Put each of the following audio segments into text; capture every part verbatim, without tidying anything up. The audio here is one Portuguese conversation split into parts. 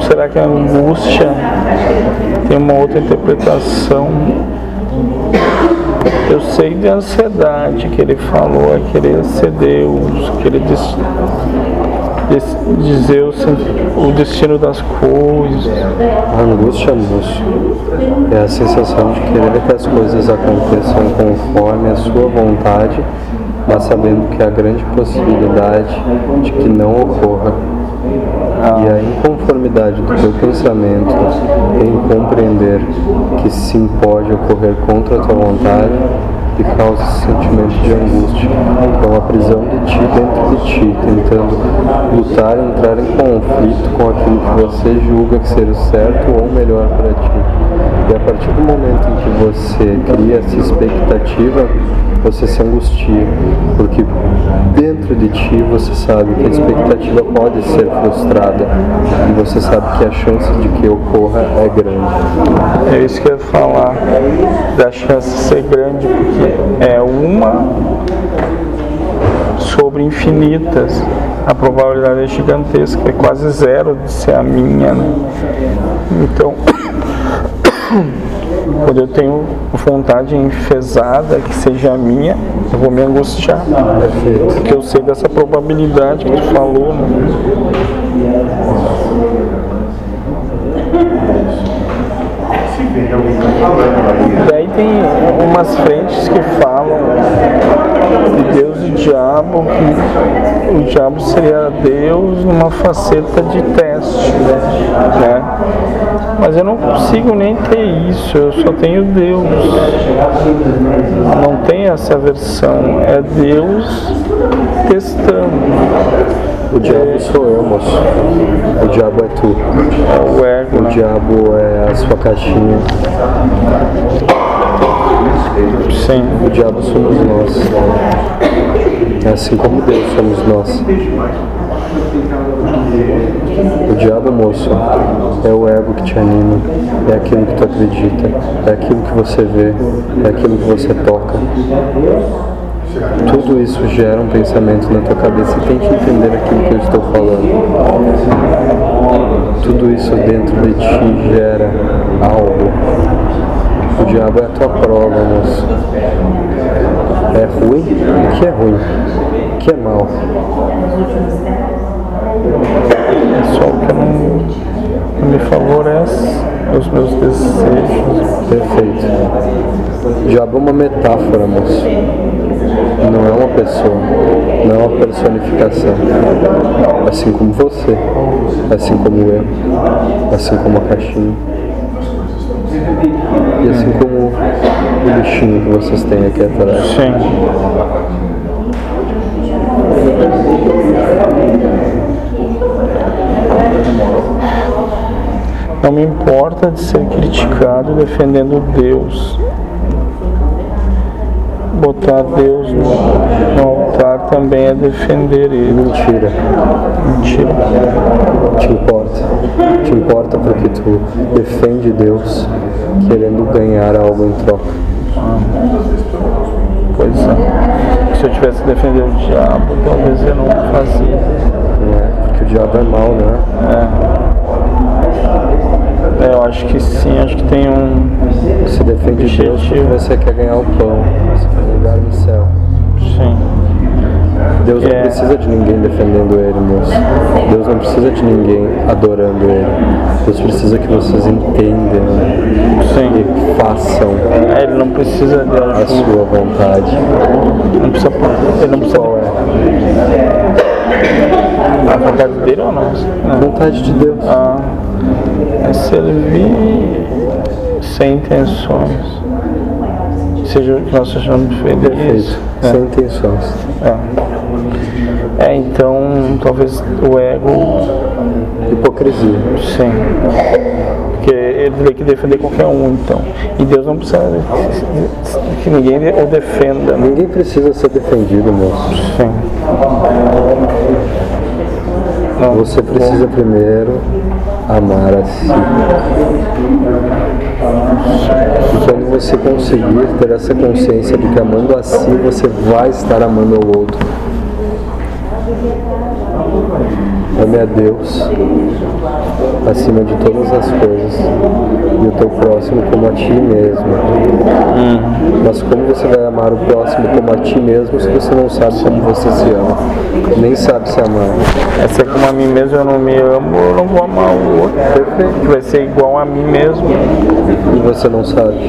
será que a angústia tem uma outra interpretação? Eu sei de ansiedade que ele falou, é querer ser Deus, querer diz, diz, dizer o, o destino das coisas. A angústia, moço, é a sensação de querer que as coisas aconteçam conforme a sua vontade, mas sabendo que há grande possibilidade de que não ocorra. Ah. E a inconformidade do teu pensamento em compreender que sim pode ocorrer contra a tua vontade e causa esse sentimento de angústia. É uma prisão de ti dentro de ti, tentando lutar e entrar em conflito com aquilo que você julga que ser o certo ou melhor para ti. E a partir do momento em que você cria essa expectativa, você se angustia, porque dentro de ti você sabe que a expectativa pode ser frustrada e você sabe que a chance de que ocorra é grande. É isso que eu ia falar, da chance de ser grande, porque é uma sobre infinitas. A probabilidade é gigantesca, é quase zero de ser a minha, né? Então, quando eu tenho vontade enfesada que seja a minha, eu vou me angustiar. Porque eu sei dessa probabilidade que tu falou, né? Daí tem umas frentes que falam de Deus e diabo, que o diabo seria Deus numa faceta de teste, né? Mas eu não consigo nem ter isso, eu só tenho Deus. Não tem essa versão, é Deus testando. O diabo sou eu, moço. O diabo é tu. É o ego. O né? diabo é a sua caixinha. Sim. O diabo somos nós. É assim como Deus somos nós. O diabo, moço, é o ego que te anima. É aquilo que tu acredita. É aquilo que você vê. É aquilo que você toca. Tudo isso gera um pensamento na tua cabeça e tem que entender aquilo que eu estou falando. Tudo isso dentro de ti gera algo. O diabo é a tua prova, moço. É ruim? O que é ruim? O que é mal? É só o que não, não me favorece, os meus desejos. Perfeito. O diabo é uma metáfora, moço. Não é uma pessoa, não é uma personificação. Assim como você, assim como eu, assim como a caixinha. E assim como o bichinho que vocês têm aqui atrás. Sim. Não me importa de ser criticado defendendo Deus. Botar Deus no, no altar também é defender Ele. Mentira. Mentira. Te importa. Te importa porque tu defende Deus querendo ganhar algo em troca. Ah. Pois é. Se eu tivesse defendido o diabo, talvez eu não fazia. Não é? Porque o diabo é mau, né? É. É, eu acho que sim, acho que tem um... Você defende Deus porque você quer ganhar o pão, você quer um lugar no céu. Sim. Deus não é. precisa de ninguém defendendo Ele, moço. Deus não precisa de ninguém adorando Ele. Deus precisa que vocês entendam Sim. e façam é, Ele não precisa de ajuda. a sua vontade. Não precisa, ele não precisa. Qual é? A vontade dele ou nossa? A vontade de Deus. Ah, é servir sem intenções. Seja o que nós achamos feliz. Perfeito. É. Sem intenções. É. É, então, talvez o ego... Hipocrisia. Sim. Porque ele teria que defender qualquer um, então. E Deus não precisa que ninguém o defenda. Ninguém precisa ser defendido, moço. Sim. Não. Você precisa primeiro amar a si. E quando você conseguir ter essa consciência de que amando a si, você vai estar amando ao outro. Ame a Deus acima de todas as coisas e o teu próximo como a ti mesmo. Hum. Mas como você vai amar o próximo como a ti mesmo se você não sabe como você se ama? Nem sabe se amar. É ser como a mim mesmo, eu não me amo, eu não vou amar o outro. Perfeito. Vai ser igual a mim mesmo. E você não sabe.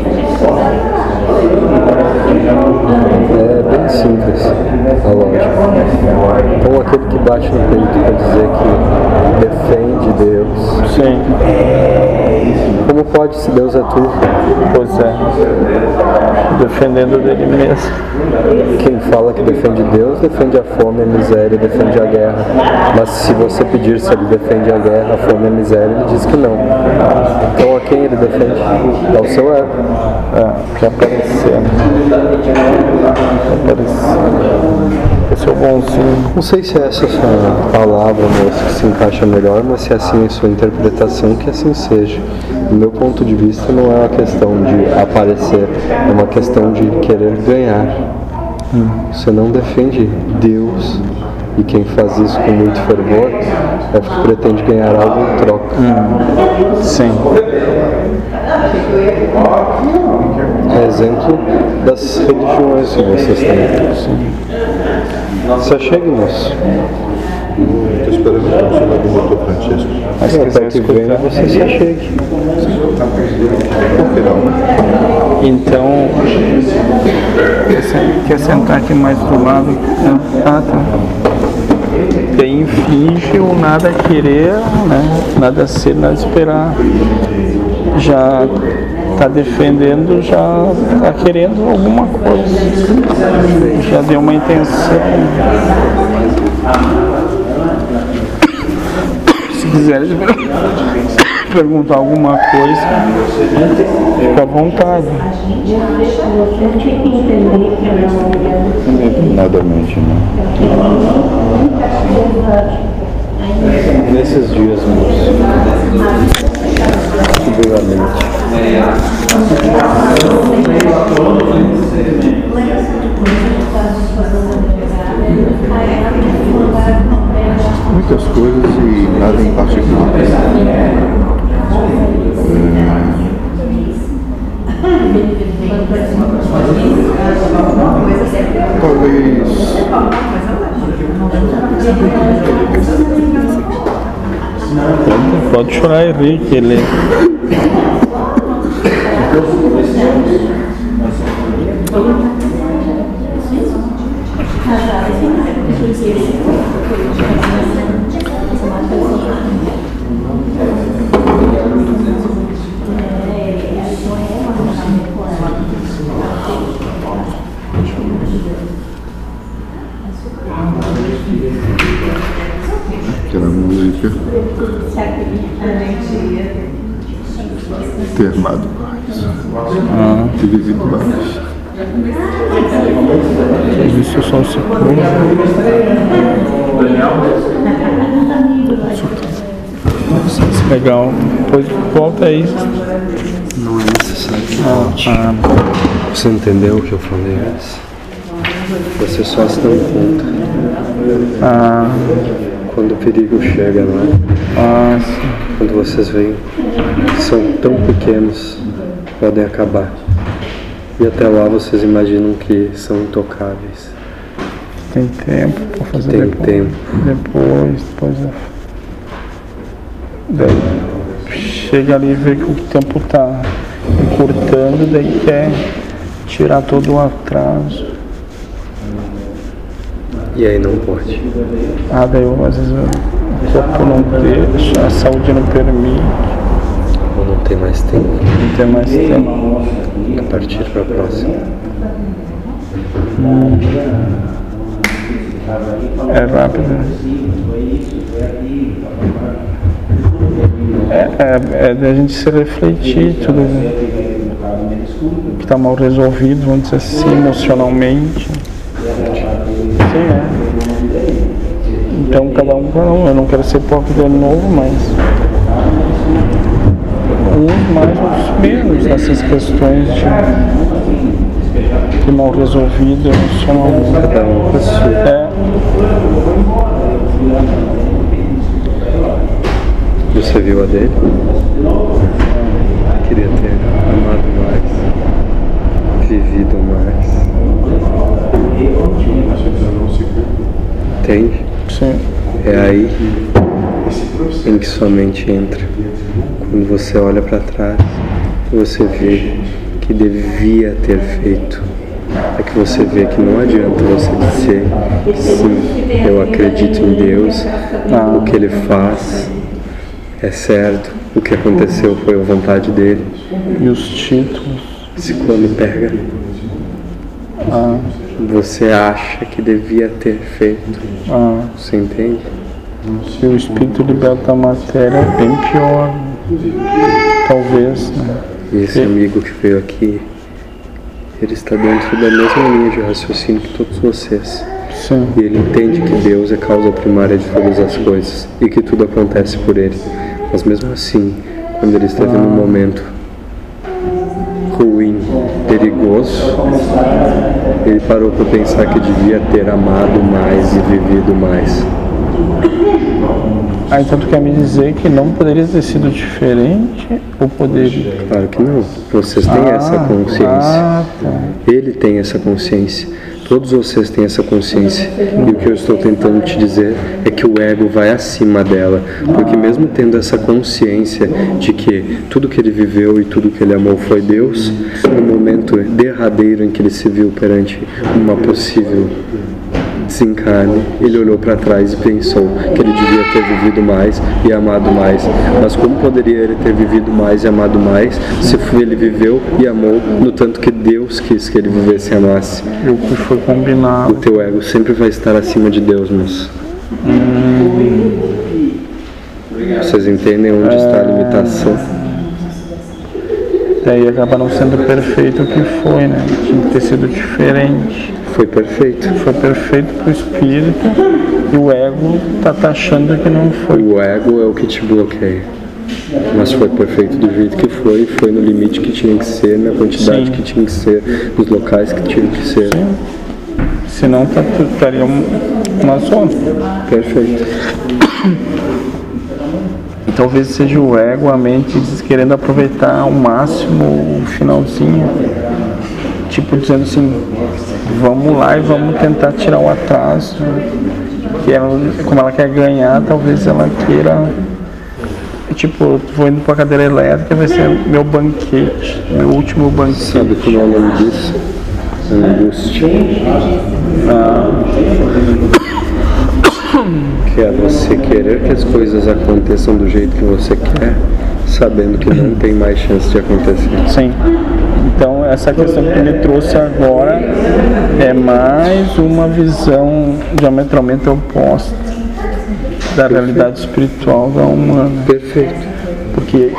É bem simples a lógica. Então aquele que bate no peito para dizer que defende Deus. Sim. Como pode se Deus é tu? Pois é. Defendendo dele mesmo. Quem fala que defende Deus, defende a fome, a miséria, defende a guerra. Mas se você pedir se ele defende a guerra, a fome e a miséria, ele diz que não. Então a quem ele defende? Ao seu ego. É, que aparecer. Esse é o bonzinho. Não sei se essa é a sua palavra, moça, que se encaixa melhor, mas se é assim a sua interpretação, que assim seja. Do meu ponto de vista, não é uma questão de aparecer, é uma questão de querer ganhar. Hum. Você não defende Deus, e quem faz isso com muito fervor é porque pretende ganhar algo em troca. Hum. Sim. É exemplo das religiões que vocês têm. Sim. Se achegue, moço. Estou esperando o conselho do doutor Francisco. Mas se quiser que venha, você se achegue. Por que não? Então, quer sentar aqui mais do lado? Ah, tá. Tem finge o nada querer, né? Nada ser, nada esperar. Já está defendendo, já está querendo alguma coisa. Já deu uma intenção. Se quiser perguntar alguma coisa, fica à vontade. Nadamente, não. Nesses dias, moço, seguramente. Muitas coisas e nada em particular. É... Talvez... Pode chorar, Henrique, ele... Aquela música. Ter amado mais. Ah. Ter vivido mais. Isso só se legal. Depois volta aí. Não é necessário. Ah, ah. Você entendeu o que eu falei antes? Você só se dá conta. Ah. Quando o perigo chega, não é? Ah, sim. Quando vocês veem que são tão pequenos, podem acabar. E até lá vocês imaginam que são intocáveis. Tem tempo para fazer Tem depois. tempo. Depois, depois. Daí chega ali e vê que o tempo está encurtando, daí quer tirar todo o atraso. E aí não pode. Ah, daí eu, às vezes o corpo não deixa, a saúde não permite. Ou não tem mais tempo. Não tem mais tempo. A partir para a próxima. Hum. É rápido. É, é, é da gente se refletir tudo que está mal resolvido, vamos dizer assim, emocionalmente. Sim, é. Então cada um, cada um, eu não quero ser hipócrita de novo, mas uns mais, outros menos nessas questões de, de mal resolvido emocionalmente. Cada um com a sua. É. Você viu a dele? Queria ter amado mais, vivido mais. Entende? Sim. É aí em que sua mente entra. Quando você olha para trás, você vê que devia ter feito. É que você vê que não adianta você dizer sim, eu acredito em Deus, o que Ele faz é certo, o que aconteceu foi a vontade dele. E os títulos? Se quando pega, Ah. você acha que devia ter feito. Ah. Você entende? Se o espírito liberta a matéria, é bem pior. Talvez, né? E esse Sim. amigo que veio aqui, ele está dentro da mesma linha de raciocínio que todos vocês. Sim. E ele entende que Deus é a causa primária de todas as coisas e que tudo acontece por Ele. Mas mesmo assim, quando ele esteve Ah. num momento ruim, perigoso, ele parou para pensar que devia ter amado mais e vivido mais. Ah, então tu quer me dizer que não poderia ter sido diferente ou poderia? Claro que não. Vocês têm Ah, essa consciência. ah, tá. Ele tem essa consciência. Todos vocês têm essa consciência. E o que eu estou tentando te dizer é que o ego vai acima dela. Porque mesmo tendo essa consciência de que tudo que ele viveu e tudo que ele amou foi Deus, no momento derradeiro em que ele se viu perante uma possível desencarne, ele olhou para trás e pensou que ele devia ter vivido mais e amado mais. Mas como poderia ele ter vivido mais e amado mais se ele viveu e amou no tanto que Deus quis que ele vivesse e amasse? E o que foi O combinado? teu ego sempre vai estar acima de Deus, moço. Hum, Vocês entendem onde está a limitação? daí acaba não sendo perfeito o que foi, né? Tinha que ter sido diferente. Foi perfeito. Foi perfeito pro espírito e o ego tá taxando que não foi. O ego é o que te bloqueia. Mas foi perfeito do jeito que foi, foi no limite que tinha que ser, na quantidade Sim. que tinha que ser, nos locais que tinha que ser. Sim. Senão tá, estaria um- uma zona. Perfeito. E talvez seja o ego, a mente querendo aproveitar ao máximo o finalzinho. Tipo dizendo assim, vamos lá e vamos tentar tirar o atraso. Que ela, como ela quer ganhar, talvez ela queira. Tipo, vou indo pra cadeira elétrica, vai ser meu banquete, meu último banquete. Sabe como é o nome disso? Angústia. Que é você querer que as coisas aconteçam do jeito que você quer, sabendo que não tem mais chance de acontecer. Sim. Então essa questão que me trouxe agora é mais uma visão diametralmente oposta da realidade espiritual da humana. Perfeito. Porque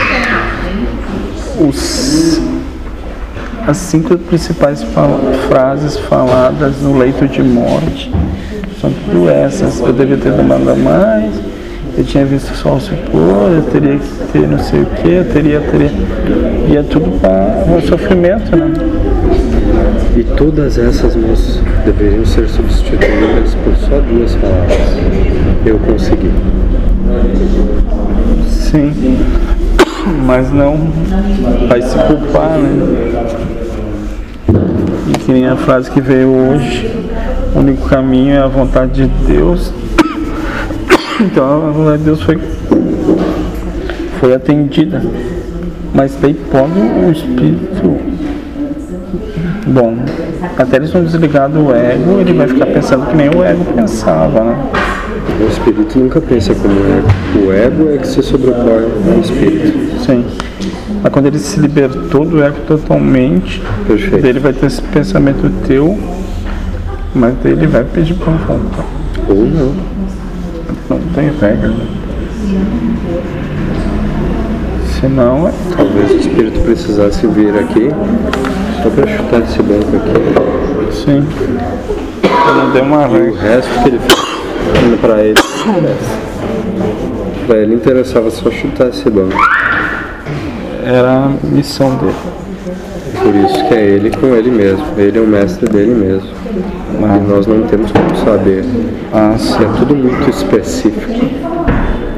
os, as cinco principais fal- frases faladas no leito de morte são tudo essas. Eu devia ter demandado mais, eu tinha visto o sol se pôr, eu teria que ter não sei o que, eu teria, teria. E é tudo para o sofrimento, né? E todas essas, moços, deveriam ser substituídas por só duas palavras. Eu consegui. Sim. Mas não vai se culpar, né? E que nem a frase que veio hoje, o único caminho é a vontade de Deus. Então a vontade de Deus foi, foi atendida. Mas daí pode o espírito. Bom, até eles não desligar do ego, ele vai ficar pensando que nem o ego pensava, né? O espírito nunca pensa como o ego. O ego é que se sobrepõe ao espírito. Sim. Mas quando ele se libertou do ego totalmente, Perfeito. ele vai ter esse pensamento teu, mas daí ele vai pedir para voltar. Ou não. Não tem regra. Senão é. Talvez o espírito precisasse vir aqui só para chutar esse banco aqui. Sim. Não deu uma E o regra. resto que ele fez para ele, para ele interessava só chutar esse banco. Era a missão dele. Por isso que é ele com ele mesmo. Ele é o mestre dele mesmo. Ah. E nós não temos como saber. Ah, Isso é tudo muito específico.